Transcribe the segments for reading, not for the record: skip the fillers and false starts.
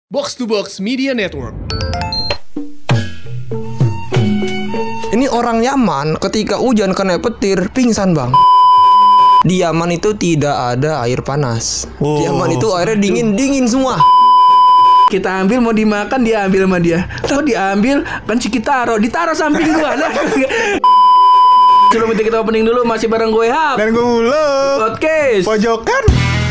Box to Box Media Network. Ini orang Yaman ketika hujan kena petir pingsan bang. Di Yaman itu tidak ada air panas. Di Yaman itu airnya dingin semua. Kita ambil mau dimakan, dia ambil sama dia. Tahu diambil kan Cikitaro, ditaruh samping gua. Sebelum itu kita opening dulu, masih bareng gue Hap dan gue Ulo Podcast Pojokan.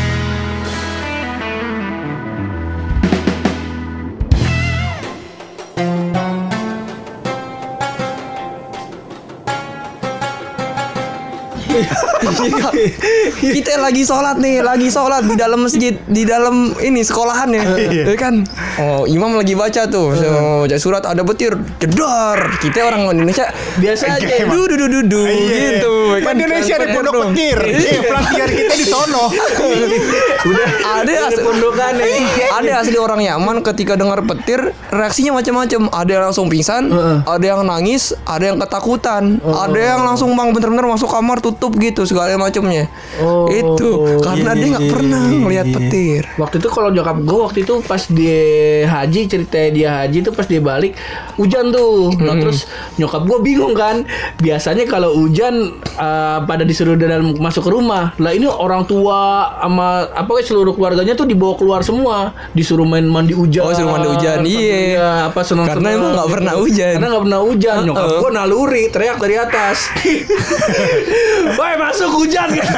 Kita lagi sholat di dalam masjid, di dalam ini sekolahan ya, kan? Oh, imam lagi baca tuh, baca surat ada petir, jedor. Kita orang Indonesia biasa aja, du gitu. Kan Indonesia ada pondok petir. Pelatihan kita di sono. Udah ada pondokan nih. Ada asli orang Yaman ketika dengar petir reaksinya macam-macam. Ada yang langsung pingsan, ada yang nangis, ada yang ketakutan, ada yang langsung bener-bener masuk kamar tutup gitu segala macamnya. Itu karena dia nggak pernah ngelihat petir. Waktu itu kalau nyokap gue waktu itu pas dia haji, ceritanya dia haji tuh pas dia balik hujan tuh. Nah terus nyokap gue bingung kan. Biasanya kalau hujan pada disuruh dalam masuk ke rumah. Lah ini orang tua sama seluruh keluarganya tuh dibawa keluar semua, disuruh main mandi hujan. Oh, suruh mandi hujan. Iya. Senang-senang. Karena emang nggak pernah hujan. Nyokap gue naluri teriak dari atas. Boy masuk hujan kan.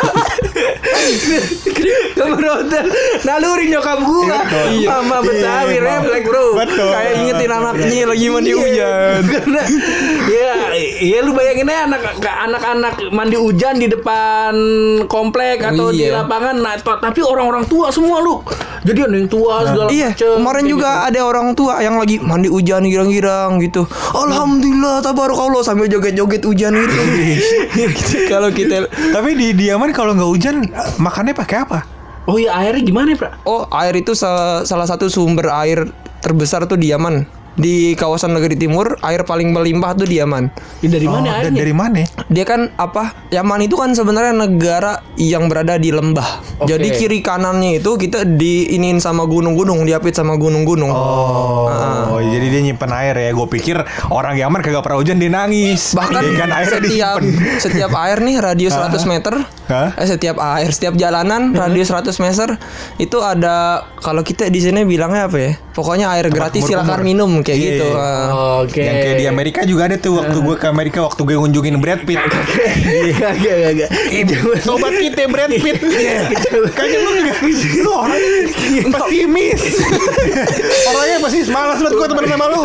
Kamar hotel naluri nyokap gue sama Betawi refleks bro. Betul. Kayak ingetin anaknya lagi mandi hujan. Karena ya lu bayangin aja anak-anak mandi hujan di depan komplek atau di lapangan. Nah, tapi orang-orang tua semua lu. Jadi ada yang tua segala macam. Kemarin juga gitu. Ada orang tua yang lagi mandi hujan girang-girang gitu. Alhamdulillah tabarakallah sambil joget-joget hujan gitu. Kalau kita tapi di Yaman kalau nggak hujan makannya pakai apa? Oh iya, airnya gimana ya, Pra? Oh, air itu salah satu sumber air terbesar tuh di Yaman. Di kawasan negeri timur, air paling melimpah tuh di Yaman. Dari mana airnya? Dari mana? Dia kan Yaman itu kan sebenarnya negara yang berada di lembah. Jadi kiri kanannya itu kita diinin sama gunung-gunung, diapit sama gunung-gunung. Jadi dia nyimpen air ya. Gue pikir orang Yaman kagak pernah hujan dia nangis. Bahkan kan setiap air nih radius 100 meter. Setiap jalanan radius 100 meter itu ada, kalau kita di sini bilangnya apa ya? Pokoknya air gratis silakan minum kayak gitu. Yang kayak di Amerika juga ada tuh waktu gue ke Amerika, waktu gue ngunjungin Brad Pitt. Kagak. Sobat kita Brad Pitt. Kayaknya lu orangnya pesimis. Orangnya pesimis, malas banget gue temen sama lu.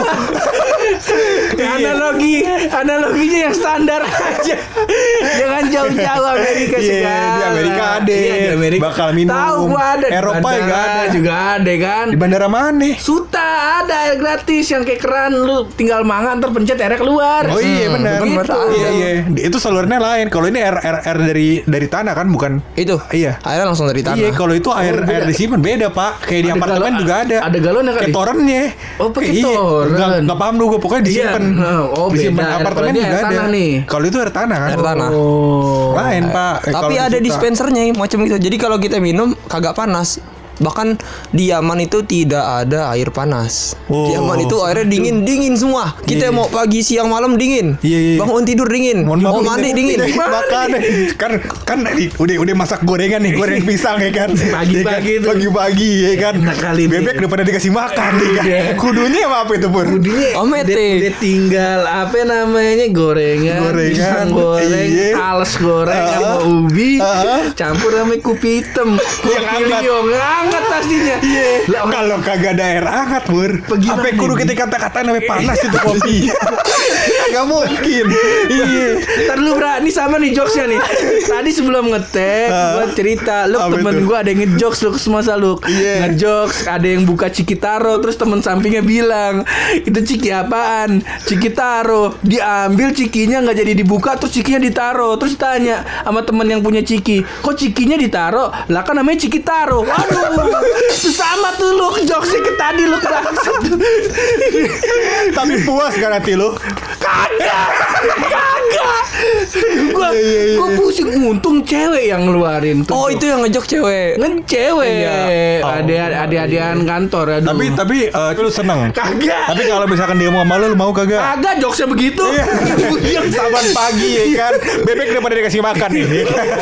Analoginya yang standar aja. Jangan jauh-jauh Amerika sih kan. Di Amerika ada. Bakal minum. Tahu gua ada. Eropa juga ada kan. Di bandara mana? Suta ada air gratis yang kayak keran, lu tinggal mangan ntar pencet airnya keluar. Oh iya benar. Iya. Itu salurannya lain. Kalau ini air dari tanah kan, bukan? Itu. Iya. Airnya langsung dari tanah. Iya, kalau itu air disimpan beda, Pak. Kayak di apartemen juga ada. Ada galonnya kali. Kayak torennya. Oh, pakai toren. Enggak paham dulu gue, pokoknya disimpan. Disimpan apartemen juga ada. Kalau itu air tanah kan? Air tanah. Lain, Pak. Tapi ada dispensernya macam itu. Jadi kalau kita minum kagak panas. Bahkan di Yaman itu tidak ada air panas. Di Yaman itu airnya dingin semua. Kita mau pagi siang malam dingin. Bangun tidur dingin. Mau mandi dingin. Makanya kan udah masak gorengan nih, goreng pisang ya kan. Pagi-pagi ya kan. Bebek udah pada dikasih makan nih kan. Kudunya apa itu, Pur? Kudunya dia tinggal apa namanya gorengan. Pisang goreng, tales goreng sama ubi, campur sama kopi hitam. Kopi hangat pastinya. Kalau kagak ada air hangat, Bur. Sampai kudu kita kata-kata sampai panas itu kopi. Enggak mungkin. Ntar lu berani sama nih jokesnya nih. Tadi sebelum ngetek gua cerita, lu temen gua ada yang ngejokes lu semua saluk. Ngejokes ada yang buka Cikitaro, terus temen sampingnya bilang, "Itu ciki apaan?" Cikitaro. Diambil cikinya enggak jadi dibuka, terus cikinya ditaro. Terus tanya sama temen yang punya ciki, "Kok cikinya ditaro?" Lah kan namanya Cikitaro. Waduh. Sama tuh lu jokesnya ke tadi lu. Tapi puas kan hati lu? Kagak. Gua pusing, untung cewek yang ngeluarin tuh. Oh, itu yang ngejok cewek. Cewek. Iya. Adik-adikan kantor. Aduh. Tapi lu seneng. Kagak. Tapi kalau misalkan dia mau sama lu mau kagak? Kagak, jokesnya begitu. Yang saban pagi ya kan. Bebek udah pada dikasih makan nih.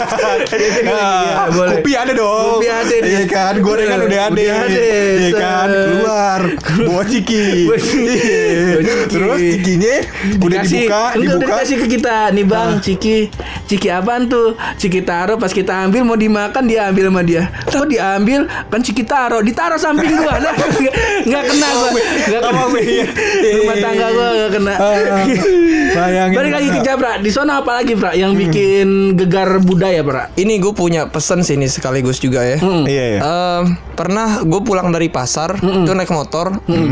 boleh. Kopi ada dong. Kopi ada nih. Iya kan, gorengan udah ada. Iya kan, keluar bawa ciki. Terus cikinya udah dibuka. Udah dikasih ke kita. Nih Bang, ciki apaan tuh? Ciki taro, pas kita ambil mau dimakan dia ambil sama dia. Kok diambil? Kan ciki taro, ditaruh samping gua. Nah, enggak kena gua. Enggak kena. Rumah tangga gua enggak kena. Bayangin. Balik lagi ke Jabra. Di sana apa lagi, Pra? Yang bikin gegar budaya, Pra? Ini gue punya pesan sih ini sekaligus juga ya. Iya. Pernah gue pulang dari pasar tuh naik motor.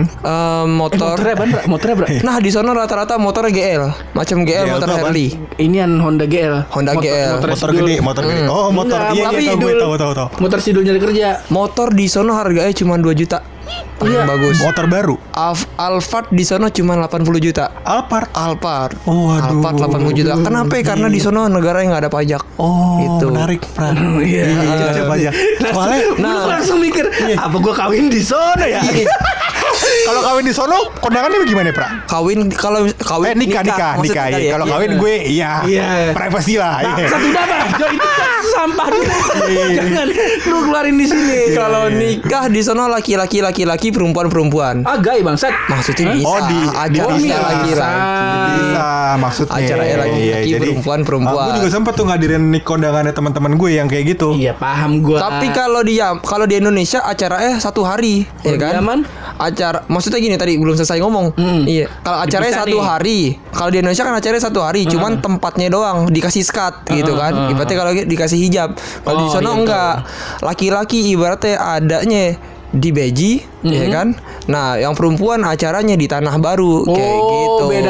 Motor. Motornya, Bra. Nah, di sana rata-rata motornya GL, macam GL motor tuh apaan? Harley. Inian Honda GL. Motor gede. Oh, motor. Enggak, Iya, tahu. Motor sidul nyari kerja. Motor di sana harganya cuma 2 juta. Paling bagus. Motor baru. Alphard di sana cuma 80 juta. Alphard. Oh, waduh. Alphard 80 juta. Kenapa? Karena di sana negaranya nggak ada pajak. Oh, Gitu. menarik, Pran. Iya. Ada pajak. Soalnya Nah, langsung mikir, apa gua kawin di sono ya? kalau kawin di sono kondangannya bagaimana, Pra? Kawin Nikah. maksudnya Iya. ya. Kalau kawin gue Iya. privasi lah. Iya. Satu dapat. Itu sampah dulu. Jangan lu keluarin di sini. Kalau nikah di sana laki-laki perempuan. Ah, gay bangsat. Maksudnya bisa. Oh, acaranya bisa. laki-laki. Bisa maksudnya. Acaranya laki-laki, jadi, perempuan. Aku juga sempat tuh ngadirin kondangannya teman-teman gue yang kayak gitu. Iya, paham gua. Tapi kalau di Indonesia acaranya 1 hari, ya kan? Yaman? Acara maksudnya gini tadi belum selesai ngomong. Iya. Kalau acaranya Dipisah 1 nih. hari, kalau di Indonesia kan acaranya 1 hari, cuman tempatnya doang dikasih skat gitu kan. Ibaratnya kalau dikasih hijab. Kalau di sana iya, enggak. Laki-laki ibaratnya adanya di beji, ya kan? Nah, yang perempuan acaranya di Tanah Baru kayak gitu. Beda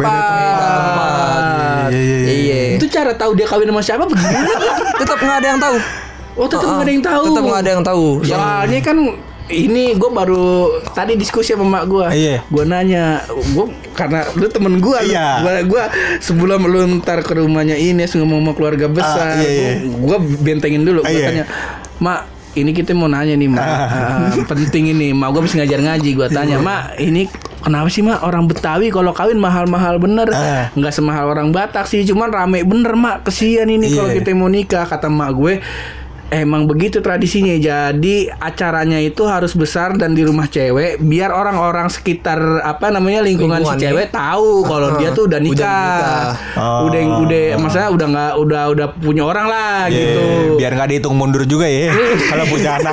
tempat. Iya. Itu cara tahu dia kawin sama siapa bagaimana? Tetap nggak ada yang tahu. Oh, tetap nggak ada yang tahu. Tetap nggak ada yang tahu. Soalnya kan ini gue baru tadi diskusi sama mak gue. Iya. Gue nanya, gue karena lu temen gue, Iya. gue sebelum lu ntar ke rumahnya Ines ngomong sama keluarga besar, Iya. gue bentengin dulu. Gue Iya. tanya, Mak, ini kita mau nanya nih, Mak. Penting ini, Mak gue bisa ngajar ngaji. Gue tanya, Mak, ini kenapa sih, Mak, orang Betawi kalau kawin mahal-mahal bener? Nggak semahal orang Batak sih, cuman rame bener, Mak. Kesian ini kalau Iya. kita mau nikah. Kata mak gue, emang begitu tradisinya. Jadi acaranya itu harus besar dan di rumah cewek biar orang-orang sekitar lingkungan si cewek tahu kalau dia tuh udah nikah. Udah maksudnya udah punya orang lah gitu. Biar nggak dihitung mundur juga ya kalau punya anak.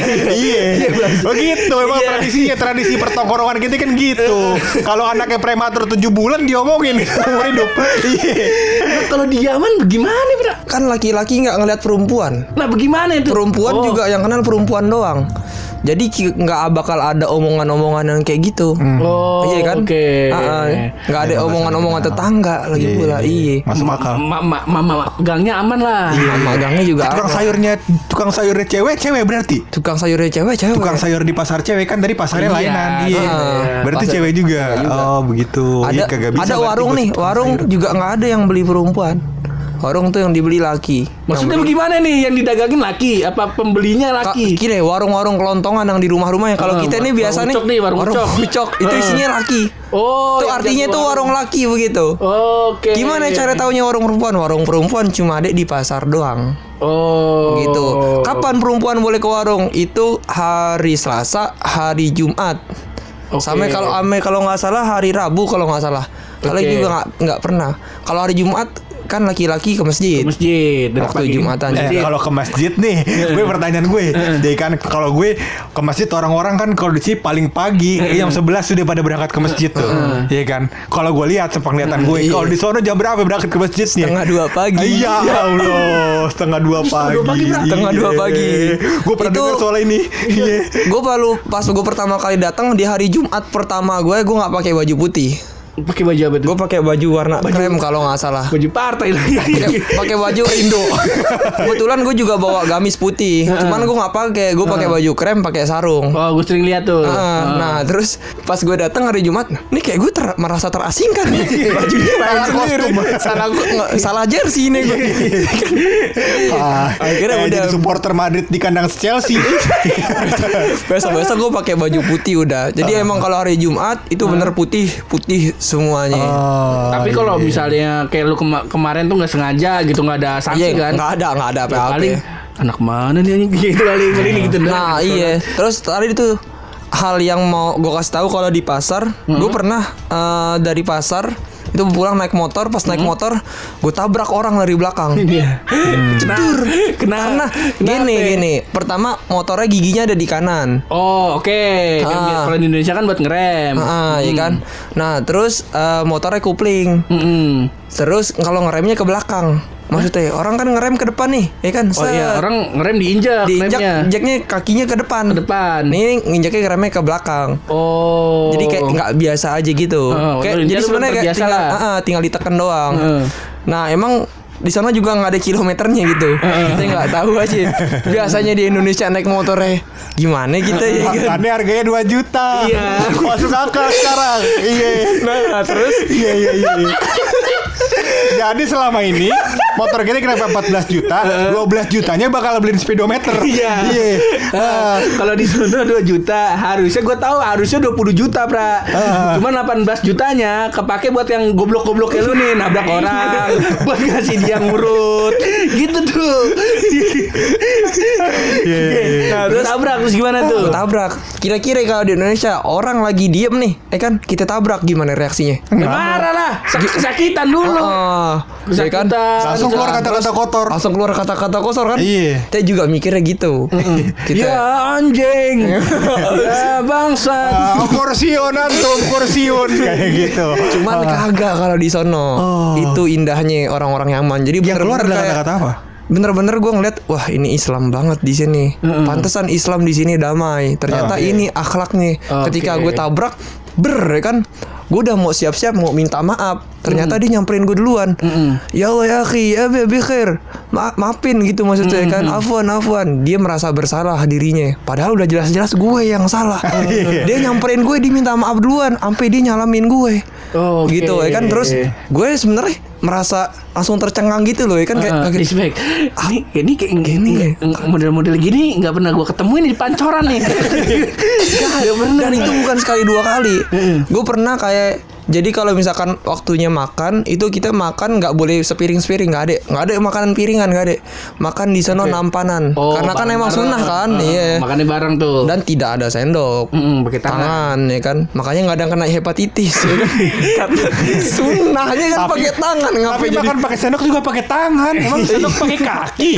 Iya. Begitu emang tradisi pertongkrongan kita kan gitu. Kalau anaknya prematur 7 bulan diomongin umur hidup. Iya. Kalau di Yaman gimana, Bro? Kan laki-laki nggak ngeliat perempuan. Nah, bagaimana itu? Perempuan juga yang kenal perempuan doang. Jadi nggak bakal ada omongan-omongan yang kayak gitu. Oh, Iya kan? Oke. Nggak ada omongan-omongan tetangga lagi pula. Iya. Masuk akal. Mama gangnya aman lah. Magangnya juga Tukang ada. sayurnya cewek berarti. Tukang sayurnya cewek. Tukang sayur di pasar cewek kan dari pasarnya lainan. Iya. Berarti Pasar cewek juga. Oh, begitu. Iya, kagak bisa ada berarti warung gua nih. tukang Warung sayur. juga nggak ada yang beli perempuan. Warung tuh yang dibeli laki. Maksudnya bagaimana nih, yang didagangin laki? Apa pembelinya laki? Gini, warung-warung kelontongan yang di rumah-rumah ya. Kalau kita ini biasa nih ucok nih, warung ucok. Itu isinya laki. Oh, Itu yang artinya jadi itu warung laki begitu. Oke. Gimana cara taunya warung perempuan? Warung perempuan cuma ada di pasar doang. Oh. Gitu. Kapan perempuan boleh ke warung? Itu hari Selasa, hari Jumat. Oke. Sampai kalau nggak salah hari Rabu kalau nggak salah. Kalau Oke. juga nggak pernah. Kalau hari Jumat kan laki-laki ke masjid. Masjid Waktu Jumatan. Kalau ke masjid nih, gue pertanyaan gue, jadi kan kalau gue ke masjid orang-orang kan kalau di sini paling pagi jam 11 sudah pada berangkat ke masjid tuh, iya kan? Kalau gue lihat sepenglihatan gue, kalau di sono jam berapa berangkat ke masjidnya? 1:30 pagi. Iya Allah, 1:30 pagi. Setengah 2 pagi. Gue pernah Itu- dengar soal ini. Iya. Gue pas gue pertama kali datang di hari Jumat pertama gue nggak pakai baju putih. Pakai baju apa tuh? Gue pakai baju warna krem kalau nggak salah. Baju partai lagi. Pakai baju Indo. Kebetulan gue juga bawa gamis putih. Cuman gue nggak pakai. Gue pakai baju krem, pakai sarung. Oh, gue sering lihat tuh. Nah, terus pas gue datang hari Jumat, nih kayak gue merasa terasingkan nih. Bajunya salah kostum, salah jersey ini gue. Akhirnya udah jadi supporter Madrid di kandang Chelsea. Besok-besok gue pakai baju putih udah. Jadi emang kalau hari Jumat itu bener putih semuanya. Tapi kalau misalnya kayak lu kemarin tuh nggak sengaja gitu, nggak ada sanksi kan? Nggak ada apa-apa. Paling anak mana nih gitu kali ini gitu. Nah iya. Terus tadi itu hal yang mau gue kasih tahu kalau di pasar, gue pernah dari pasar itu pulang naik motor, pas naik motor gue tabrak orang dari belakang. Iya. Karena gini, pertama motornya giginya ada di kanan. Oh oke. Kalau di Indonesia kan buat ngerem. Iya kan. Nah terus motornya kupling. Terus kalau ngeremnya ke belakang. Maksudnya orang kan ngerem ke depan nih, ya kan? Oh iya, orang ngerem diinjak injaknya kakinya ke depan. Nih nginjaknya ngeremnya ke belakang. Oh. Jadi kayak nggak biasa aja gitu. Kayak jadi sebenarnya kayak tinggal ditekan doang. Nah, emang di sana juga nggak ada kilometernya gitu. Kita nggak tahu aja. Biasanya di Indonesia naik motornya gimana kita ya kan? Makanya harganya 2 juta. Iya. Masuk akal sekarang. Iya. Nah, terus Iya. Jadi selama ini motor kita kenapa 14 juta, 12 jutanya bakal beliin speedometer. Iya. Kalau di sana 2 juta, harusnya gue tahu harusnya 20 juta, Pra. Cuman 18 jutanya kepake buat yang goblok-goblok kayak lu nih, nabrak orang, buat ngasih dia ngurut. Gitu tuh. Nah, terus tabrak terus gimana tuh? tabrak. Kira-kira kalau di Indonesia orang lagi diem nih, kan kita tabrak gimana reaksinya? Marah lah, kesakitan dulu. Ya kan? Langsung keluar kata-kata kotor. Langsung keluar kata-kata kotor kan? Iya. Kita juga mikirnya gitu. Ya anjing. Ya bangsa. Kursiun antum, kursiun kayak gitu. Cuman kagak kalau di sono. Itu indahnya orang-orang Yaman. Jadi Yang keluar ada kayak kata-kata apa? bener-bener gue ngeliat, wah ini Islam banget di sini. Pantesan Islam di sini damai. Ternyata ini akhlaknya. Ketika gue tabrak, ya kan? Gue udah mau siap-siap mau minta maaf. Ternyata dia nyamperin gue duluan. Ya Allah ya akhi, ya bikhair. Maafin gitu maksudnya kan. Afwan. Dia merasa bersalah dirinya. Padahal udah jelas-jelas gue yang salah. Dia nyamperin gue, diminta maaf duluan, sampai dia nyalamin gue. Gitu ya kan. Terus gue sebenarnya merasa langsung tercengang gitu loh ya kan, kayak respect. Ini kayak gini model-model gini nggak pernah gue ketemuin di pancoran nih. Nggak pernah. Dan itu bukan sekali 2 kali. Gue pernah kayak, jadi kalau misalkan waktunya makan itu kita makan nggak boleh sepiring-sepiring, nggak ada makanan piringan, nggak ada. Makan di sana nampanan. Karena kan emang sunnah kan. Iya. Makannya bareng tuh. Dan tidak ada sendok. Pakai tangan ya kan. Makanya nggak ada yang kena hepatitis. Ya kan? Sunnahnya kan pakai tangan. Tapi makan pakai sendok juga pakai tangan. Emang sendok pakai kaki.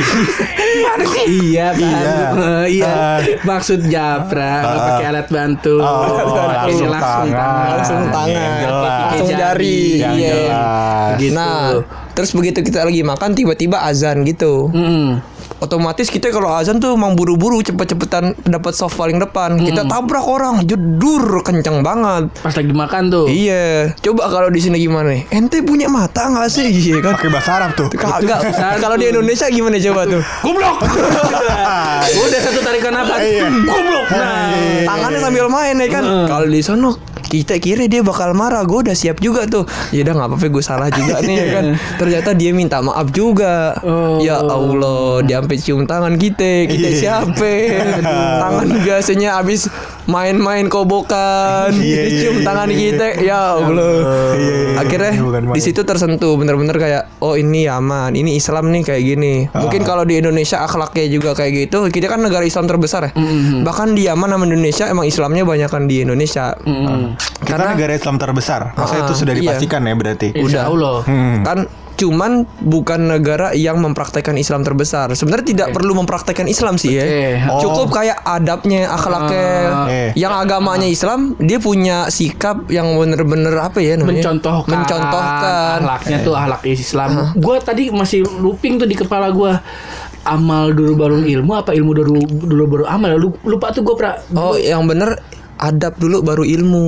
Iya kan. Iya. Maksud Japra pakai alat bantu. Langsung tangan. Langsung jari. Iya. Gitu. Nah, terus begitu kita lagi makan tiba-tiba azan gitu. Otomatis kita kalau azan tuh emang buru-buru cepet-cepetan dapat soft paling depan. Kita tabrak orang, jedur kenceng banget. Pas lagi makan tuh. Iya. Coba kalau di sini gimana? Ente punya mata nggak sih? Iya kan. Pakai bahasa Arab tuh. Kagak. Kalau di Indonesia gimana coba tuh? Goblok. Udah satu tarikan apa? Goblok. Nah, tangannya sambil main ya kan. Kalau di sono kita kira dia bakal marah, gue udah siap juga tuh. Ya udah nggak apa-apa, gue salah juga nih ya kan. Ternyata dia minta maaf juga. Ya Allah, dia sampai cium tangan kita siapa? Tangan biasanya abis main-main kobokan, cium tangan kita. Ya Allah. Akhirnya di situ tersentuh, bener-bener kayak, oh ini Yaman, ini Islam nih kayak gini. Mungkin kalau di Indonesia akhlaknya juga kayak gitu. Kita kan negara Islam terbesar ya. Bahkan di Yaman sama Indonesia emang Islamnya banyakan di Indonesia. Karena negara Islam terbesar. Masa itu sudah dipastikan ya berarti. Udah Allah. Kan cuman bukan negara yang mempraktekkan Islam terbesar. Sebenarnya tidak perlu mempraktekkan Islam sih ya. Cukup kayak adabnya, akhlaknya. Yang agamanya Islam, dia punya sikap yang bener-bener apa ya namanya? Mencontohkan. Akhlaknya tuh akhlak Islam. Gua tadi masih looping tuh di kepala gua. Amal dulu baru ilmu apa ilmu dulu baru amal? Lupa tuh gua. Yang bener adab dulu baru ilmu.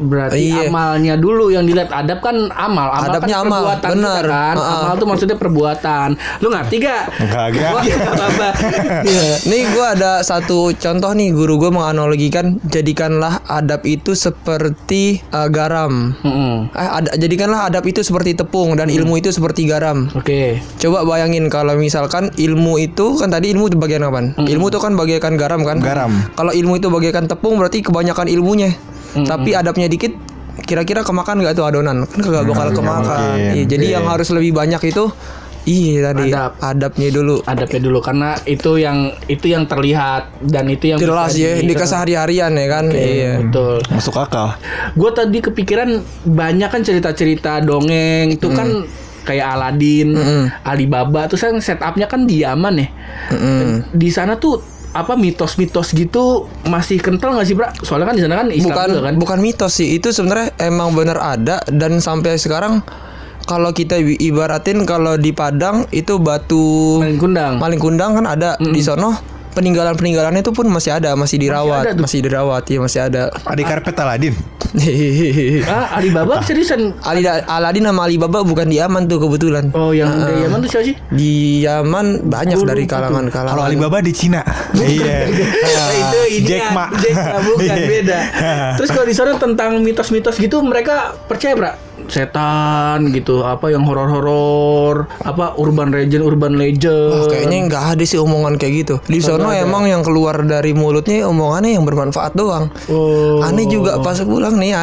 Berarti Iya. amalnya dulu yang dilihat. Adab kan amal Adabnya kan amal, perbuatan bener. kita kan. Amal tuh maksudnya perbuatan. Lu ngerti gak? Kagak. Wah, gak apa-apa. Iya. Nih gue ada satu contoh nih, guru gue menganalogikan, jadikanlah adab itu seperti garam. Jadikanlah adab itu seperti tepung dan ilmu itu seperti garam. Oke. Coba bayangin kalau misalkan ilmu itu kan tadi ilmu itu bagian apa? Ilmu itu kan bagaikan garam kan? Garam. Kalau ilmu itu bagaikan tepung berarti kebanyakan ilmunya. Tapi adabnya dikit, kira-kira kemakan nggak tuh adonan? Kan kagak bakal kemakan. mungkin. Iya, jadi yang harus lebih banyak itu tadi adabnya dulu. Adabnya dulu karena itu yang terlihat dan itu yang Jelas bisa ya di keseharian ya kan. Iya. Betul. Masuk akal. Gue tadi kepikiran banyak kan cerita-cerita dongeng itu kan kayak Aladin, Alibaba, terus kan setupnya kan di Yaman ya. Di sana tuh apa mitos-mitos gitu masih kental nggak sih, Bra? Soalnya kan di sana kan Islam juga kan. Bukan mitos sih, itu sebenarnya emang bener ada dan sampai sekarang kalau kita ibaratin kalau di Padang itu batu Maling Kundang kan ada di sono. Peninggalan-peninggalannya itu pun masih ada, masih dirawat, masih ada. Adik karpet Aladin. Alibaba seriusan? Aladin sama Alibaba bukan di Yaman tuh kebetulan. Oh, yang dari Yaman tuh siapa sih? Di Yaman banyak dari kalangan. Kalau Alibaba di Cina. Iya. Itu ini Jack Ma. bukan Iya. beda. Terus kalau di sana tentang mitos-mitos gitu mereka percaya, Bra? Setan gitu, apa yang horor-horor, apa urban legend. Wah, kayaknya nggak ada sih omongan kayak gitu. Di sono emang yang keluar dari mulutnya omongannya yang bermanfaat doang. Aneh juga pas pulang nih,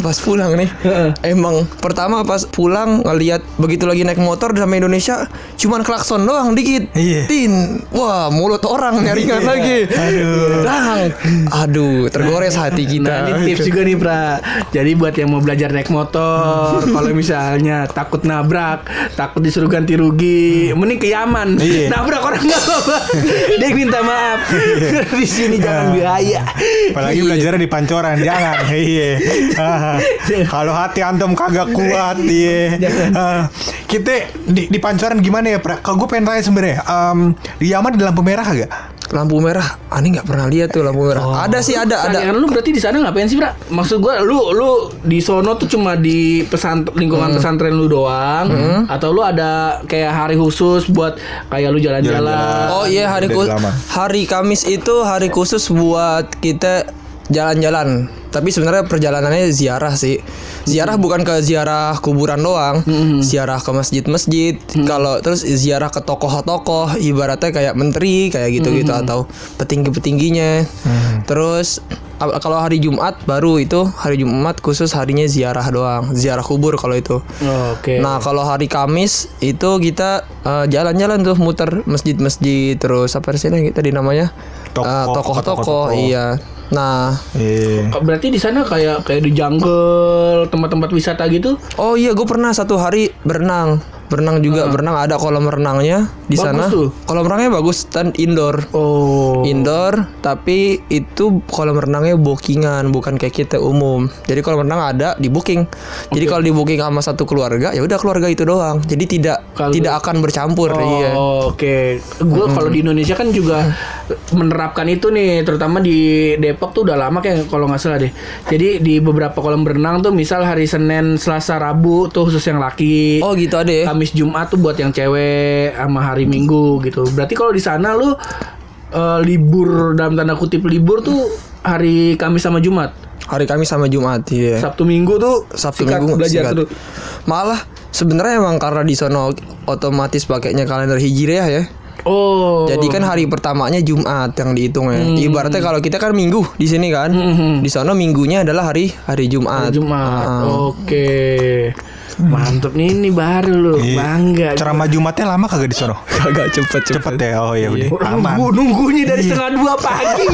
emang pertama pas pulang ngeliat begitu lagi naik motor sampai Indonesia, cuman klakson doang dikit. Iya. Tin, wah mulut orang nyaringan lagi. Aduh, tergores hati kita. Nah, ini tips juga nih, Pra. Jadi buat yang mau belajar naik motor, kalau misalnya takut nabrak, takut disuruh ganti rugi, mending ke Yaman. Iya. Nabrak orang nggak apa-apa. Dia minta maaf. Di sini jangan bahaya. Apalagi belajarnya di pancoran, jangan. Iya. Kalau hati antum kagak kuat, iya. Kita di pancoran gimana ya, Pra? Kalau gue pengen tanya sebenarnya, di Yaman ada lampu merah kagak? Lampu merah, aneh nggak pernah lihat tuh lampu merah. Ada sih, ada. Seharian lu berarti di sana ngapain sih, Bra? Maksud gua lu di sono tuh cuma di lingkungan pesantren lu doang atau lu ada kayak hari khusus buat kayak lu jalan-jalan? Oh iya, Udah lama. hari Kamis itu hari khusus buat kita jalan-jalan. Tapi sebenarnya perjalanannya ziarah sih. Ziarah bukan ke ziarah kuburan doang, ziarah ke masjid-masjid. Kalau terus ziarah ke tokoh-tokoh, ibaratnya kayak menteri kayak gitu-gitu atau petinggi-petingginya. Terus kalau hari Jumat baru itu hari Jumat khusus harinya ziarah doang, ziarah kubur kalau itu. Oke. Nah kalau hari Kamis itu kita jalan-jalan tuh muter masjid-masjid terus apa sih tadi namanya tokoh-tokoh. Iya. Nah, berarti di sana kayak di jungle, tempat-tempat wisata gitu? oh iya, gue pernah satu hari berenang juga, berenang ada kolam renangnya di sana. Bagus tuh. Kolam renangnya bagus dan indoor. Oh. Indoor, tapi itu kolam renangnya bookingan, bukan kayak kita umum. Jadi kolam renang ada di booking. Jadi kalau di booking sama satu keluarga, ya udah keluarga itu doang. Jadi tidak akan bercampur. Iya. Oke. Gue kalau di Indonesia kan juga menerapkan itu nih, terutama di Depok tuh udah lama kayak kalau nggak salah deh. Jadi di beberapa kolam berenang tuh misal hari Senin, Selasa, Rabu tuh khusus yang laki. Oh gitu ada ya. Kamis Jumat tuh buat yang cewek sama hari Minggu gitu. Berarti kalau di sana lu libur dalam tanda kutip libur tuh hari Kamis sama Jumat. Hari Kamis sama Jumat, iya. Sabtu Minggu tuh Sabtu sikat Minggu belajar sikat. terus. Malah sebenarnya emang karena di sono otomatis pakainya kalender Hijriah ya. Oh. Jadi kan hari pertamanya Jumat yang dihitungnya. Ibaratnya kalau kita kan Minggu di sini kan. Di sono Minggunya adalah hari Jumat. Jumat. Oke. Mantep nih, ini baru lu. Bangga. Ceramah Jumatnya lama kagak di sono? Agak cepet. Ya, oh ya udah. Aman. Nunggunya dari setengah 2 pagi.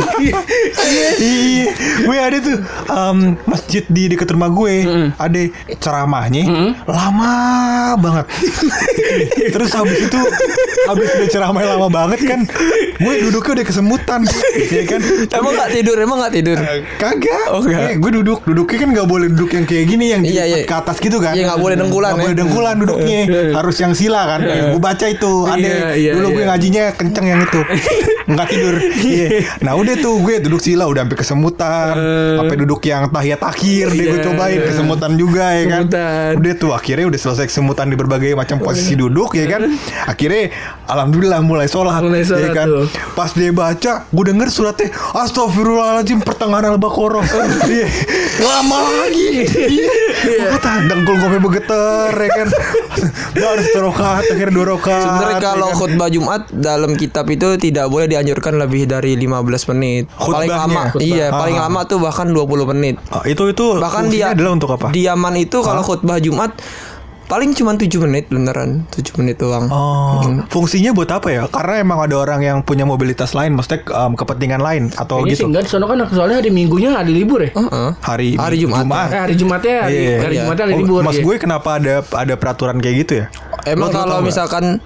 Iya, gue ada tuh masjid di dekat rumah gue, ada ceramahnya lama banget. Terus habis udah ceramahnya lama banget kan, gue duduknya udah kesemutan, ya kan? Emang nggak tidur? Kagak. Oh, enggak. Gue duduknya kan nggak boleh duduk yang kayak gini yang Iya. ke atas gitu kan? Iya, nggak boleh dengkulan, Nggak boleh dengkulan duduknya. Harus yang sila kan. Gue baca itu. Dulu gue ngajinya kenceng yang itu. Nggak tidur. Iya. Nah udah tuh gue duduk sila udah sampai kesemutan. Sampai duduk yang tahiyat akhir deh gue cobain kesemutan juga ya kan. Udah tuh akhirnya udah selesai kesemutan di berbagai macam posisi duduk ya kan. Akhirnya alhamdulillah mulai sholat ya kan. Tuh. Pas dia baca, gue denger suratnya Astagfirullahaladzim pertengahan Al-Baqarah. Iya. Lama lagi. Gue kata dengkul gue bergetar ya kan. Gak harus 2 rakaat, akhirnya 2 rakaat. Sebenarnya kalau ya kan? khutbah Jumat dalam kitab itu tidak boleh dianjurkan lebih dari 15 menit. Paling lama, paling lama tuh bahkan 20 menit. Itu Bahkan fungsinya adalah untuk apa? Di Yaman itu kalau khutbah Jumat paling cuma 7 menit beneran, 7 menit doang. Fungsinya buat apa ya? Karena emang ada orang yang punya mobilitas lain, maksudnya kepentingan lain atau Ini gitu. enggak di sono kan soalnya hari Minggunya hari libur ya. Hari Jumat. Hari Jumatnya hari Jumatnya hari libur. Mas ya. gue kenapa ada peraturan kayak gitu ya? Emang kalau misalkan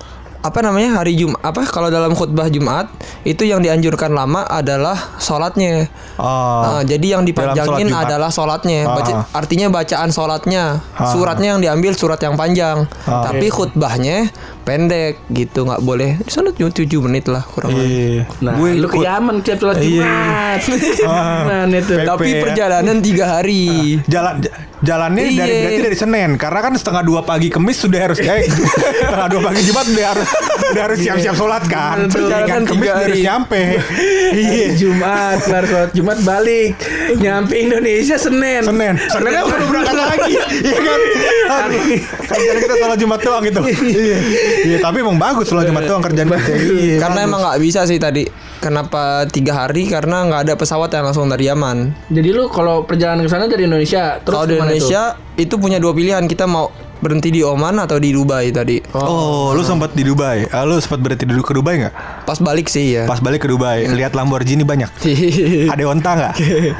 hari Jumat kalau dalam khutbah Jumat itu yang dianjurkan lama adalah sholatnya. Jadi yang dipanjangin adalah sholatnya. Artinya bacaan sholatnya. Suratnya yang diambil surat yang panjang. Tapi khutbahnya pendek gitu, nggak boleh. Di sana 7 menit lah kurang lebih. Nah, lu ke Yaman tiap sholat Jumat. Nah, itu. Tapi perjalanan 3 hari. Jalannya berarti dari Senin, karena kan 1:30 pagi Kemis sudah harus 1:30 pagi Jumat udah harus siap-siap sholat kan. Perjalanan Kemis harus nyampe. Iya, Jumat kelar sholat Jumat balik nyampe Indonesia Senin. Seninnya udah berangkat lagi. Iya kan? Kerjaan kita sholat Jumat doang gitu. Iya, tapi emang bagus sholat Jumat doang kerjaan kita. Karena emang nggak bisa sih tadi. Kenapa 3 hari? Karena nggak ada pesawat yang langsung dari Yaman. Jadi lu kalau perjalanan ke sana dari Indonesia terus kalau di Indonesia itu punya 2 pilihan, kita mau berhenti di Oman atau di Dubai tadi. Lu sempat di Dubai. Lu sempat berhenti dulu ke Dubai nggak? Pas balik sih ya. Pas balik ke Dubai, lihat Lamborghini banyak. Ada onta nggak?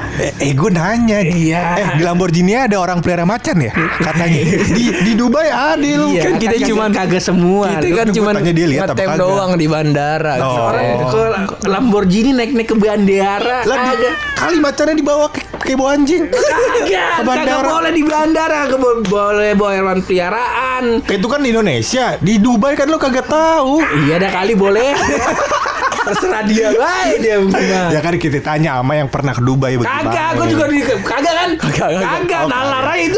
Gue nanya. Iya. Di Lamborghini ada orang pelihara macan ya? Katanya. Di Dubai ada lu. Iya, Kan kita cuma kagak semua. Kita kan cuma tanya dia lihat apa ngetem kagak. doang di bandara. Orang ke Lamborghini naik ke bandara. Lah kali macannya dibawa kayak bawa anjing. Kagak boleh di bandara, boleh bawa hewan peliharaan. Itu kan di Indonesia, di Dubai kan lo kagak tahu. Iya dah kali boleh. Terserah dia baik dia gimana. Ya kan kita tanya sama yang pernah ke Dubai bagaimana. Kagak, gue juga kagak kan? Kagak, nalar aja itu.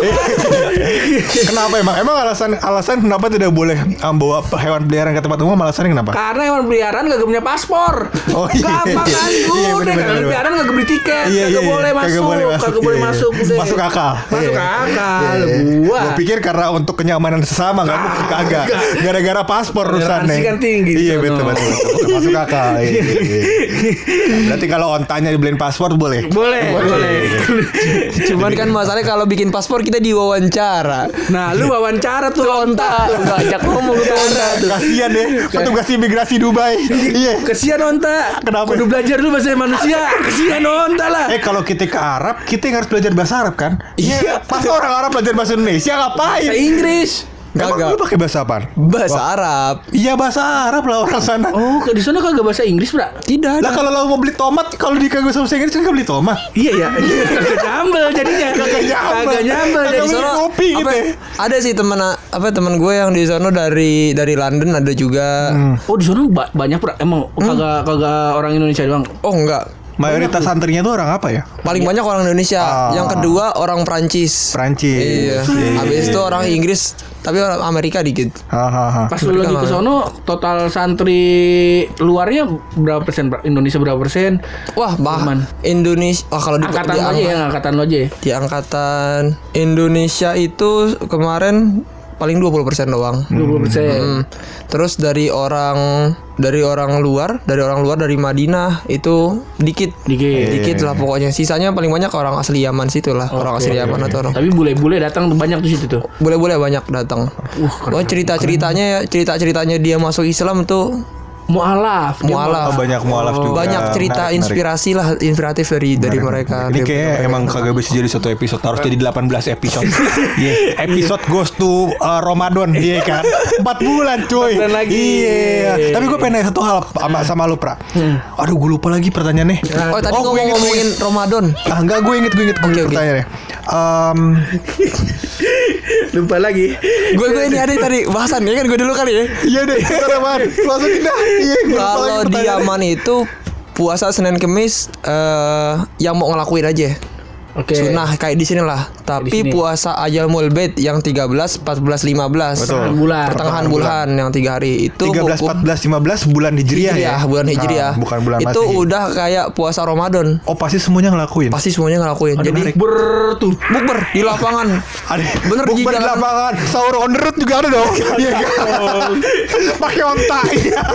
Kenapa emang? Emang alasan kenapa tidak boleh bawa hewan peliharaan ke tempat umum, alasannya kenapa? Karena hewan peliharaan kagak punya paspor. Oh iya. Gampang kan? Udah hewan peliharaan kagak beli tiket, kagak boleh masuk, kagak boleh masuk. Masuk akal. Masuk akal. Gua pikir karena untuk kenyamanan sesama kan kagak. Gara-gara paspor urusannya. Toleransi kan tinggi. Iya betul. Masuk akal. Berarti kalau ontanya dibeliin paspor boleh. Boleh. Cuman kan masalahnya kalau bikin paspor kita diwawancara. Nah, lu wawancara tuh Onta ngajak ngomong tuh Onta tuh. Kasian deh petugas imigrasi Dubai. Iya. Kesian Onta. Kenapa? Kudu belajar dulu bahasa manusia. Kesian Onta lah. Kalau kita ke Arab, kita yang harus belajar bahasa Arab kan? Iya. Masa orang Arab belajar bahasa Indonesia ngapain? Bahasa Inggris. Emang lu pakai bahasa apaan? Bahasa Arab. Iya bahasa Arab lah orang sana. Oh, di sana kagak bahasa Inggris, Bra? Tidak Lah ada. kalau lo mau beli tomat, kalau di kagak bahasa Inggris kan gak beli tomat. Iya ya. Kagak nyambel jadinya. Kagak nyambel. Jadi Kagak Sono, kopi gitu ya. ada sih teman gue yang di sono dari London ada juga. Oh, di sana banyak, Bra. Emang kagak orang Indonesia doang. Oh enggak. Mayoritas santrinya tuh orang apa ya? Paling banyak orang Indonesia. Yang kedua orang Prancis. Prancis. Iya. Habis itu orang Inggris, tapi orang Amerika dikit. Pas lu lagi ke sono, total santri luarnya berapa persen, Bra? Indonesia berapa persen? Wah, Aman. Indonesia. Wah, kalau Angkatan lo aja ya, angkatan lo aja ya. di angkatan Indonesia itu kemarin paling 20% doang. 20%. Terus dari orang luar dari Madinah itu dikit lah pokoknya. Sisanya paling banyak orang asli Yaman situ lah, orang asli Yaman atau orang. Tapi bule-bule datang tuh banyak di situ tuh. Boleh banyak datang. Cerita-ceritanya dia masuk Islam tuh Mualaf. Banyak mualaf juga. banyak cerita inspiratif dari mereka. Ini kayak emang kagak bisa jadi satu episode, harus jadi 18 episode. Iya. Episode goes to Ramadan, iya kan? 4 bulan cuy. Iya. Tapi gue pengen nanya satu hal sama lu, Pra. Aduh, gue lupa lagi pertanyaannya. Oh, tadi ngomongin Ramadan. Enggak, gue inget Oke. pertanyaannya. Lupa lagi. Gue ini ada tadi bahasan ya kan gue dulu kali ya. Iya deh, teman. Langsung pindah. Iya, gua lupa Kalau lagi di pertanyaan. Yaman itu puasa Senin Kemis yang mau ngelakuin aja. Oke. Sunnah kayak di sini lah. di Tapi sini. puasa Ayyamul Bait yang 13, 14, 15. Pertengahan bulan. Pertengahan bulan yang 3 hari itu 13, 14, 15 bulan Hijriah ya. bulan Hijriah. Bukan bulan itu Masehi. udah kayak puasa Ramadan. Oh, pasti semuanya ngelakuin. Pasti semuanya ngelakuin. Jadi Bertuh. bukber di lapangan. Ada Bener, di bukber di jalanan. lapangan. Sahur on the road juga ada dong. Iya kan? Pakai ontak.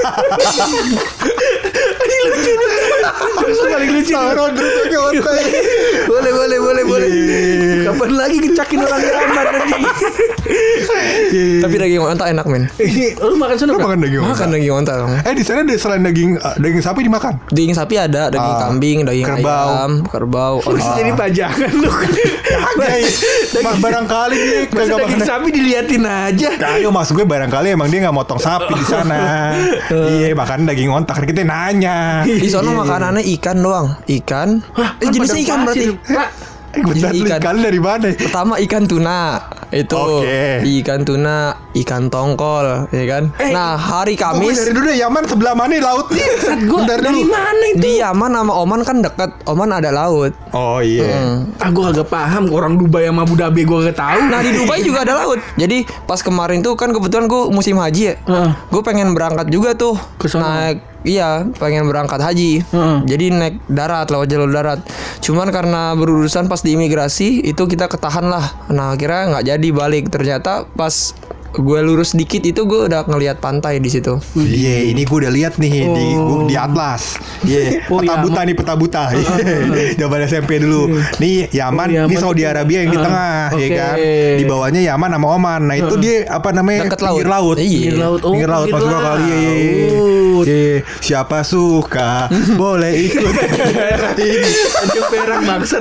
Paling lucu. Sahur on the road pakai ontak. Boleh. Kapan lagi kecakin orang Yaman nanti? Tapi daging onta enak men. Lu makan sana Lu berapa? makan daging ontak? Makan daging onta dong. Di sana ada selain daging sapi dimakan. Daging sapi ada, daging kambing, daging kerbau. ayam, kerbau. Bisa jadi pajangan lu. Barangkali dia Masa kagak daging makan. sapi diliatin aja. Kagak, maksud gue barangkali emang dia nggak motong sapi di sana. Iya, makan daging ontak. Kita nanya. Di sana makanannya ikan doang. Ikan. Jenisnya ikan berarti. Bentar, lu Ikan. ikan dari mana? Pertama ikan tuna itu Oke. ikan tuna, ikan tongkol, ya kan. Nah hari Gue Kamis dari dulu deh, Yaman sebelah mana lautnya? Gua Bentar dari dulu. mana itu? di Yaman sama Oman kan deket. Oman ada laut. Oh iya. Gua kagak paham. Orang Dubai sama Abu Dhabi gua kagak tahu. Nah di Dubai juga ada laut. Jadi pas kemarin tuh kan kebetulan gue musim haji ya. Heeh. Gue pengen berangkat juga tuh. Ke sana? Naik, iya pengen berangkat haji. Heeh. Jadi naik darat lewat jalur darat. Cuman karena berurusan pas di imigrasi itu kita ketahan lah. Nah akhirnya nggak jadi balik. Ternyata pas gue lurus dikit itu gue udah ngelihat pantai di situ. Iya, ini gue udah lihat nih di Atlas. Iya, Oh, peta Yaman. buta nih, peta buta. Zaman SMP dulu. Nih Yaman, Yaman ini Saudi tuh. Arabia yang di tengah, ya Oke. kan. Di bawahnya Yaman sama Oman. Nah, itu dia apa namanya? Dekat Pinggir laut. laut. Iya. Pinggir laut. Oh, Pinggir laut pinggir maksud gua kali. Iya, iya, iya. laut. Iya, siapa suka boleh ikut. Ini. Tanjung Perak maksud.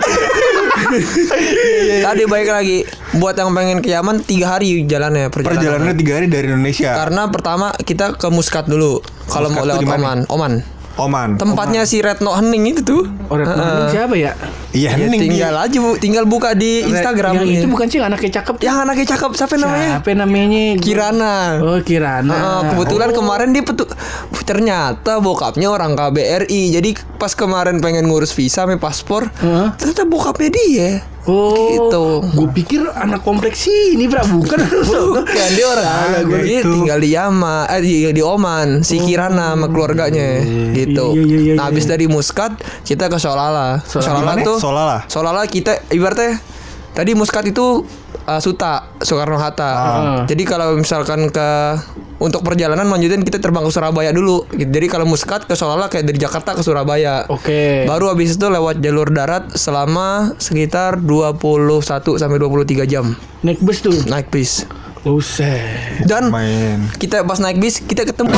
Tadi baik lagi buat yang pengen ke Yaman 3 hari jalannya Perjalanannya 3 hari dari Indonesia. Karena pertama kita ke Muscat dulu. Kalau Muscat mau tuh lewat di mana? Oman. Oman. Tempatnya si Retno Hening itu tuh. Orang Bandung siapa ya? Iya, Ya, hening tinggal dia. aja tinggal buka di Instagram. Yang ini. itu bukan sih anaknya cakep. Yang anaknya cakep siapa namanya? Siapa namanya? Kirana. Oh, Kirana. Kebetulan kemarin dia ternyata bokapnya orang KBRI. Jadi pas kemarin pengen ngurus visa sama paspor, Heeh. ternyata bokapnya dia. Oh, Gitu. Gue pikir anak kompleks ini, Bra, bukan. Bukan dia orang dia gitu. tinggal di Yaman, di Oman, si Kirana sama keluarganya gitu. Iya, Nah, habis dari Muscat kita ke Solala. Solala Gimana? tuh Solala. kita ibaratnya tadi Muscat itu Suta, Soekarno Hatta. Jadi kalau misalkan untuk perjalanan lanjutin kita terbang ke Surabaya dulu. Jadi kalau Muscat ke Solala kayak dari Jakarta ke Surabaya. Oke. Baru habis itu lewat jalur darat selama sekitar 21 sampai 23 jam Naik bus tuh. naik bis. Buset. Dan Main. kita pas naik bis kita ketemu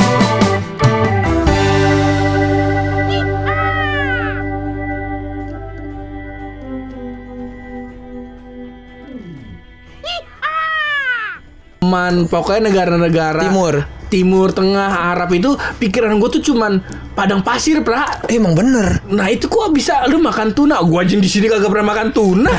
Pokoknya negara-negara Timur Tengah Arab itu pikiran gue tuh cuman padang pasir, Pra. emang bener. Nah itu kok bisa lu makan tuna? Gua aja di sini kagak pernah makan tuna.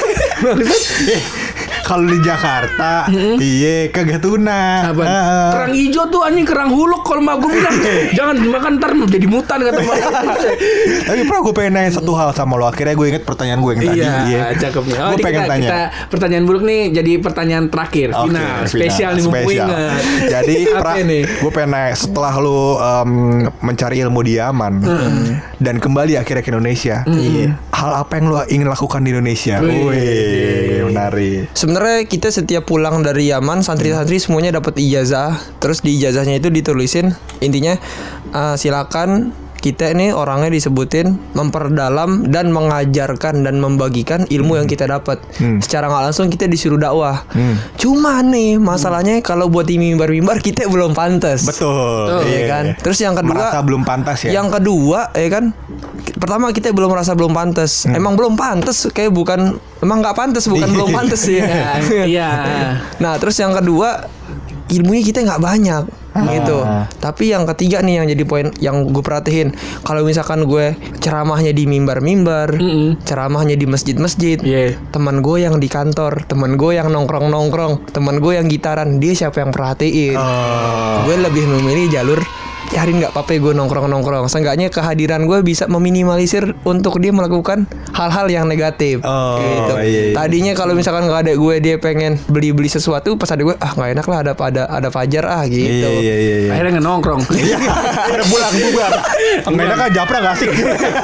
Kalau di Jakarta, iya kagak tuna. Apa? Kerang hijau tuh anjing, kerang huluk. Kalau mak gue bilang jangan dimakan, ntar jadi mutan kata mak. Tapi pernah gue pengen nanya satu hal sama lo. Akhirnya gue inget pertanyaan gue yang tadi. Iya, cakep nih. Gue pengen tanya. Kita pertanyaan buruk nih jadi pertanyaan terakhir. Oke, Final, spesial nih mumpung spesial. ingat. Jadi Apa nih? gue pengen nanya, setelah lo mencari ilmu di Yaman dan kembali akhirnya ke Indonesia, hal apa yang lo ingin lakukan di Indonesia? Wih, menarik. Sebenarnya kita setiap pulang dari Yaman, santri-santri semuanya dapat ijazah. Terus di ijazahnya itu ditulisin intinya silakan kita ini orangnya disebutin memperdalam dan mengajarkan dan membagikan ilmu yang kita dapat. Secara nggak langsung kita disuruh dakwah. Cuman nih masalahnya kalau buat di mimbar-mimbar kita belum pantas. Betul. Iya kan. Terus yang kedua Merasa belum pantas ya. Yang kedua ya kan. Pertama kita belum merasa belum pantas. Emang belum pantas kayak bukan emang nggak pantas bukan belum pantas ya. Iya. Nah terus yang kedua ilmunya kita nggak banyak. gitu. Tapi yang ketiga nih yang jadi poin yang gue perhatiin, kalau misalkan gue ceramahnya di mimbar-mimbar, ceramahnya di masjid-masjid, teman gue yang di kantor, teman gue yang nongkrong-nongkrong, teman gue yang gitaran, dia siapa yang perhatiin? Gue lebih memilih jalur Yarin nggak apa-apa gue nongkrong-nongkrong. Seenggaknya kehadiran gue bisa meminimalisir untuk dia melakukan hal-hal yang negatif. Gitu. Tadinya kalau misalkan nggak ada gue dia pengen beli-beli sesuatu, pas ada gue nggak enak lah ada Fajar gitu. Akhirnya nggak nongkrong. Ada pulang bubar. Nggak enak kan japra nggak asik.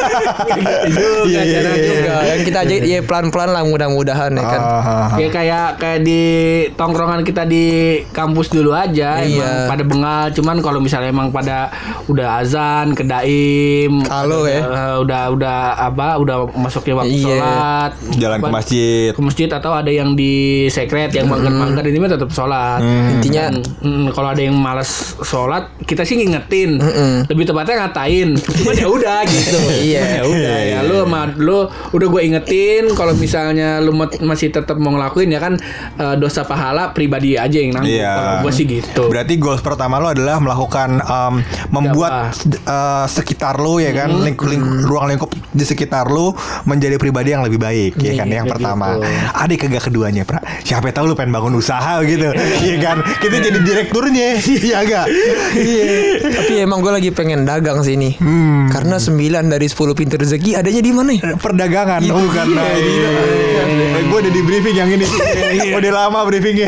Juga. Yang kita aja ya pelan-pelan lah mudah-mudahan ya kan. Kayak di tongkrongan kita di kampus dulu aja. Emang pada bengal. Cuman kalau misalnya emang pada udah azan ke daim, kalau udah masuknya waktu sholat, jalan ke masjid atau ada yang di sekret yang mager-mager ini mah tetap sholat. Intinya kalau ada yang malas sholat kita sih ngingetin, lebih tepatnya ngatain. Cuman ya udah gitu. Iya udah ya lu udah gue ingetin kalau misalnya lu masih tetap mau ngelakuin ya kan dosa pahala pribadi aja yang nanggung. Gue sih gitu. Berarti goals pertama lo adalah melakukan membuat sekitar lo ya kan, ruang lingkup di sekitar lo menjadi pribadi yang lebih baik ya kan, yang pertama. Ada kagak keduanya, Pra? Siapa tahu lo pengen bangun usaha gitu. Iya kan? Kita jadi direkturnya. Iya agak. Tapi emang gue lagi pengen dagang sini. Karena 9 dari 10 pintu rezeki adanya di mana? Perdagangan. Bukan. Gue udah di briefing yang ini. Udah lama briefingnya.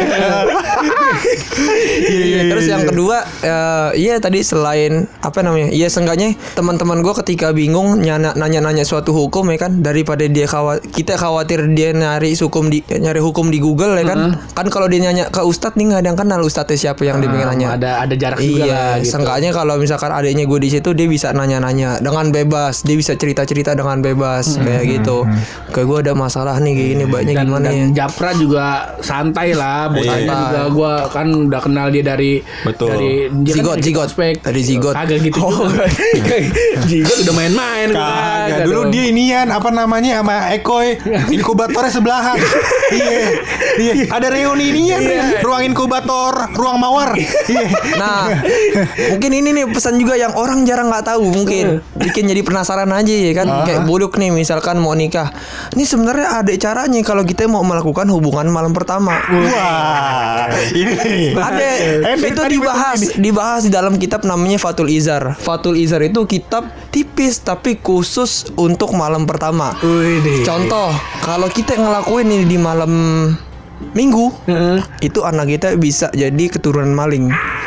Terus yang kedua tadi selain apa namanya, seenggaknya teman-teman gue ketika bingung nanya-nanya suatu hukum ya kan, daripada kita khawatir dia nyari hukum di Google ya kan. Kan kalau dia nanya ke ustadz nih, nggak ada yang kenal ustadznya siapa yang dia pengen nanya. Ada jarak juga lah gitu. Seenggaknya kalau misalkan adanya gue di situ, dia bisa nanya-nanya dengan bebas, dia bisa cerita-cerita dengan bebas kayak gitu. Kayak gue ada masalah nih kayak gini, baiknya gimana ya. Japra juga santai lah, bocahnya juga gue kan udah kenal dia dari Zigot dari Zigot. Agak gitu juga. Zigot udah main-main. Kagak. Dulu dia inian apa namanya sama Ekoy, inkubatornya sebelahan. Iya. Ada reuni inian, ruang inkubator, ruang mawar. Nah, mungkin ini nih pesan juga yang orang jarang nggak tahu, mungkin bikin jadi penasaran aja ya kan. Kayak Buluk nih misalkan mau nikah. Ini sebenarnya ada caranya kalau kita mau melakukan hubungan malam pertama. Wah. Ini ada itu dibahas di dalam kitab namanya Fathul Izar. Fathul Izar itu kitab tipis tapi khusus untuk malam pertama. Contoh, kalau kita ngelakuin ini di malam Minggu, itu anak kita bisa jadi keturunan maling.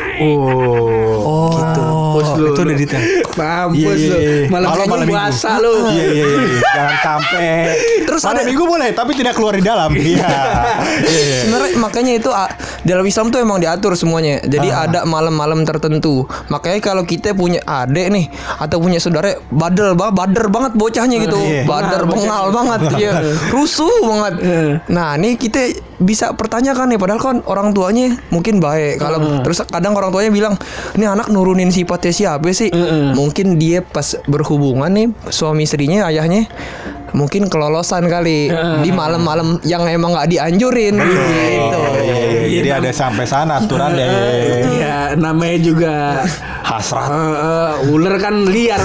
Gitu. Itu udah detail. Mampus lu. Malam puasa lu. Iya. Jangan sampai. Terus malam Minggu boleh, tapi tidak keluar di dalam. Iya. Sebenarnya makanya itu dalam Islam tuh emang diatur semuanya. Jadi ada malam-malam tertentu. Makanya kalau kita punya adik nih atau punya saudara bader banget bocahnya gitu. Bader bengal banget dia. Rusuh banget. Nah, ini kita bisa pertanyakan nih, padahal kan orang tuanya mungkin baik. Kalau terus kadang orang tuanya bilang, "Ini anak nurunin sifatnya siapa sih?" Mungkin dia pas berhubungan nih suami istrinya, ayahnya mungkin kelolosan kali di malam-malam yang emang nggak dianjurin gitu. Jadi ada sampai sana aturan deh. Iya, namanya juga hasrat. Ular kan liar.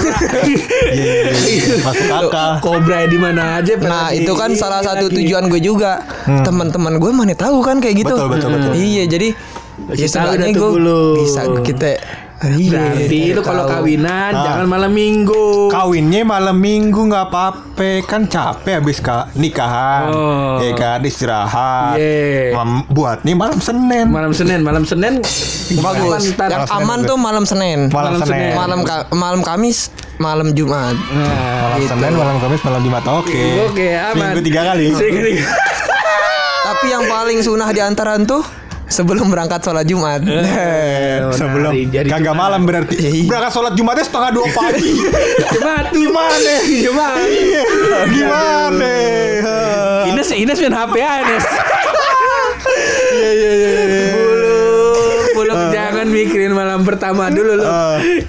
Masuk akal. Kobra di mana aja. Nah, itu kan salah satu tujuan gue juga. Teman-teman gue mana tahu kan kayak gitu. Betul. Iya, jadi seenggaknya gue bisa kita. Berarti itu kalau kawinan jangan malam Minggu. Kawinnya malam Minggu nggak apa-apa, kan capek habis nikahan, ya kan, istirahat. Buat nih malam Senin. Bagus. Yang aman tuh malam Senin. Malam Kamis, malam Jumat. Malam Senin, malam Kamis, malam Jumat. Oke, aman. Minggu 3 kali. Tapi yang paling sunah di antara tuh sebelum berangkat sholat Jumat. Sebelum kagak malam berarti. Berangkat sholat Jumatnya 1:30 pagi. Gimana? Ines main HP Ines. Buluk jangan mikirin malam pertama dulu lo.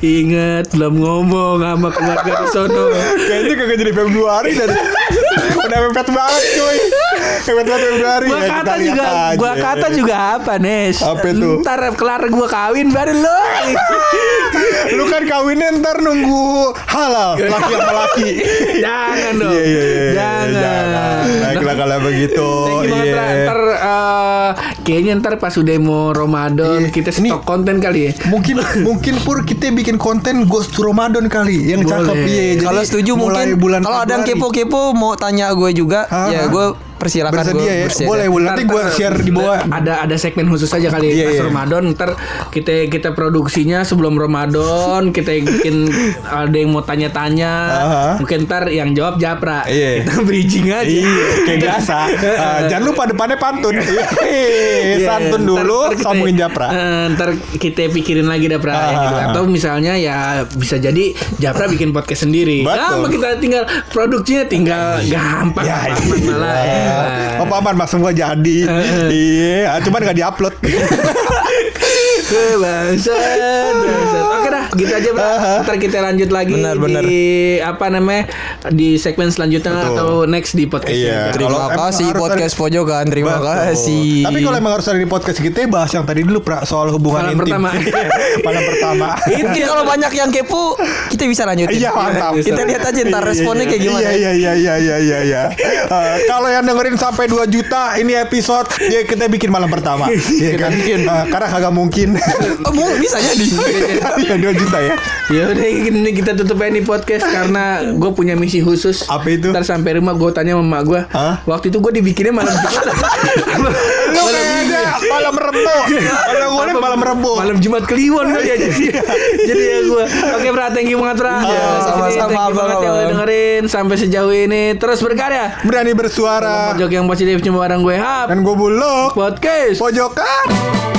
Ingat belum ngomong sama keluarga di sono. Kayaknya kagak jadi Februari tadi. Udah mepet banget cuy. Mepet banget Februari. Gua Ya, kita kata lihat juga, aja. gua kata juga apa, Nes? Apa itu? Ntar kelar gua kawin baru lo. Lu kan kawinnya ntar nunggu halal laki sama laki. Jangan dong. Iya. Jangan. Baiklah kalau begitu. Thank you banget, Ra. Iya. Ntar kayaknya ntar pas udah mau Ramadan Iya. kita Ini- stok konten kali ya. Mungkin Pur kita bikin konten Ghost to Ramadan kali yang Boleh. cakep iya. Jadi Kalau setuju mulai mungkin bulan kalau ada yang Februari. kepo-kepo mau tanya gue juga, ya gue persilakan gue bersedia ya. bersedia. Boleh. Nanti gue share di bawah. Ada segmen khusus aja kali Iya, pas iya. Ramadan. Ntar kita produksinya sebelum Ramadan. Kita bikin ada yang mau tanya-tanya. Aha. Mungkin ntar yang jawab Japra. Iya. Kita bridging aja. Iya, kayak biasa. Jangan lupa depannya pantun. Iya, Santun ntar dulu, kita- sambungin Japra. Ntar kita pikirin lagi dah Pra yang gitu. Atau misalnya ya bisa jadi Japra bikin podcast sendiri. Betul. Nah, kita tinggal produksinya tinggal gampang. Ya, gampang malah. Ya. Apa aman mas semua jadi. Iya, cuman nggak diupload. Bangsat. Oke dah, gitu aja Bro. Ntar kita lanjut lagi Benar. di apa namanya di segmen selanjutnya Betul. atau next di podcast. Iya. Terima Kalau emang kasih harus podcast pojokan. Terima Betul. kasih. Tapi kalau emang harus ada di podcast kita bahas yang tadi dulu Pra, soal hubungan Malam intim. pertama. Malam pertama. Mungkin kalau banyak yang kepo, kita bisa lanjutin. Iya, mantap. Kita lihat aja ntar responnya kayak gimana. Iya. Kalau yang dengerin sampai 2 juta ini episode, ya kita bikin malam pertama. Iya kan? Karena kagak mungkin. Oh, bisa jadi. Iya 2 juta ya. Ya udah ini kita tutup aja nih podcast karena gue punya misi khusus. Apa itu? Ntar sampai rumah gue tanya sama emak gue. Hah? Waktu itu gue dibikinnya malam Jumat. Lu beda malam Rebo. Kalau gue malam Rebo. Malam Jumat Kliwon kali ya jadi ya gue. Oke Pra, thank you banget Pra. Iya, sama-sama, Thank you banget abang. yang udah dengerin sampai sejauh ini. Terus berkarya. Berani bersuara. Pojok yang positif cuma bareng gue Hap. Dan gue Bulog. Podcast. Pojokan.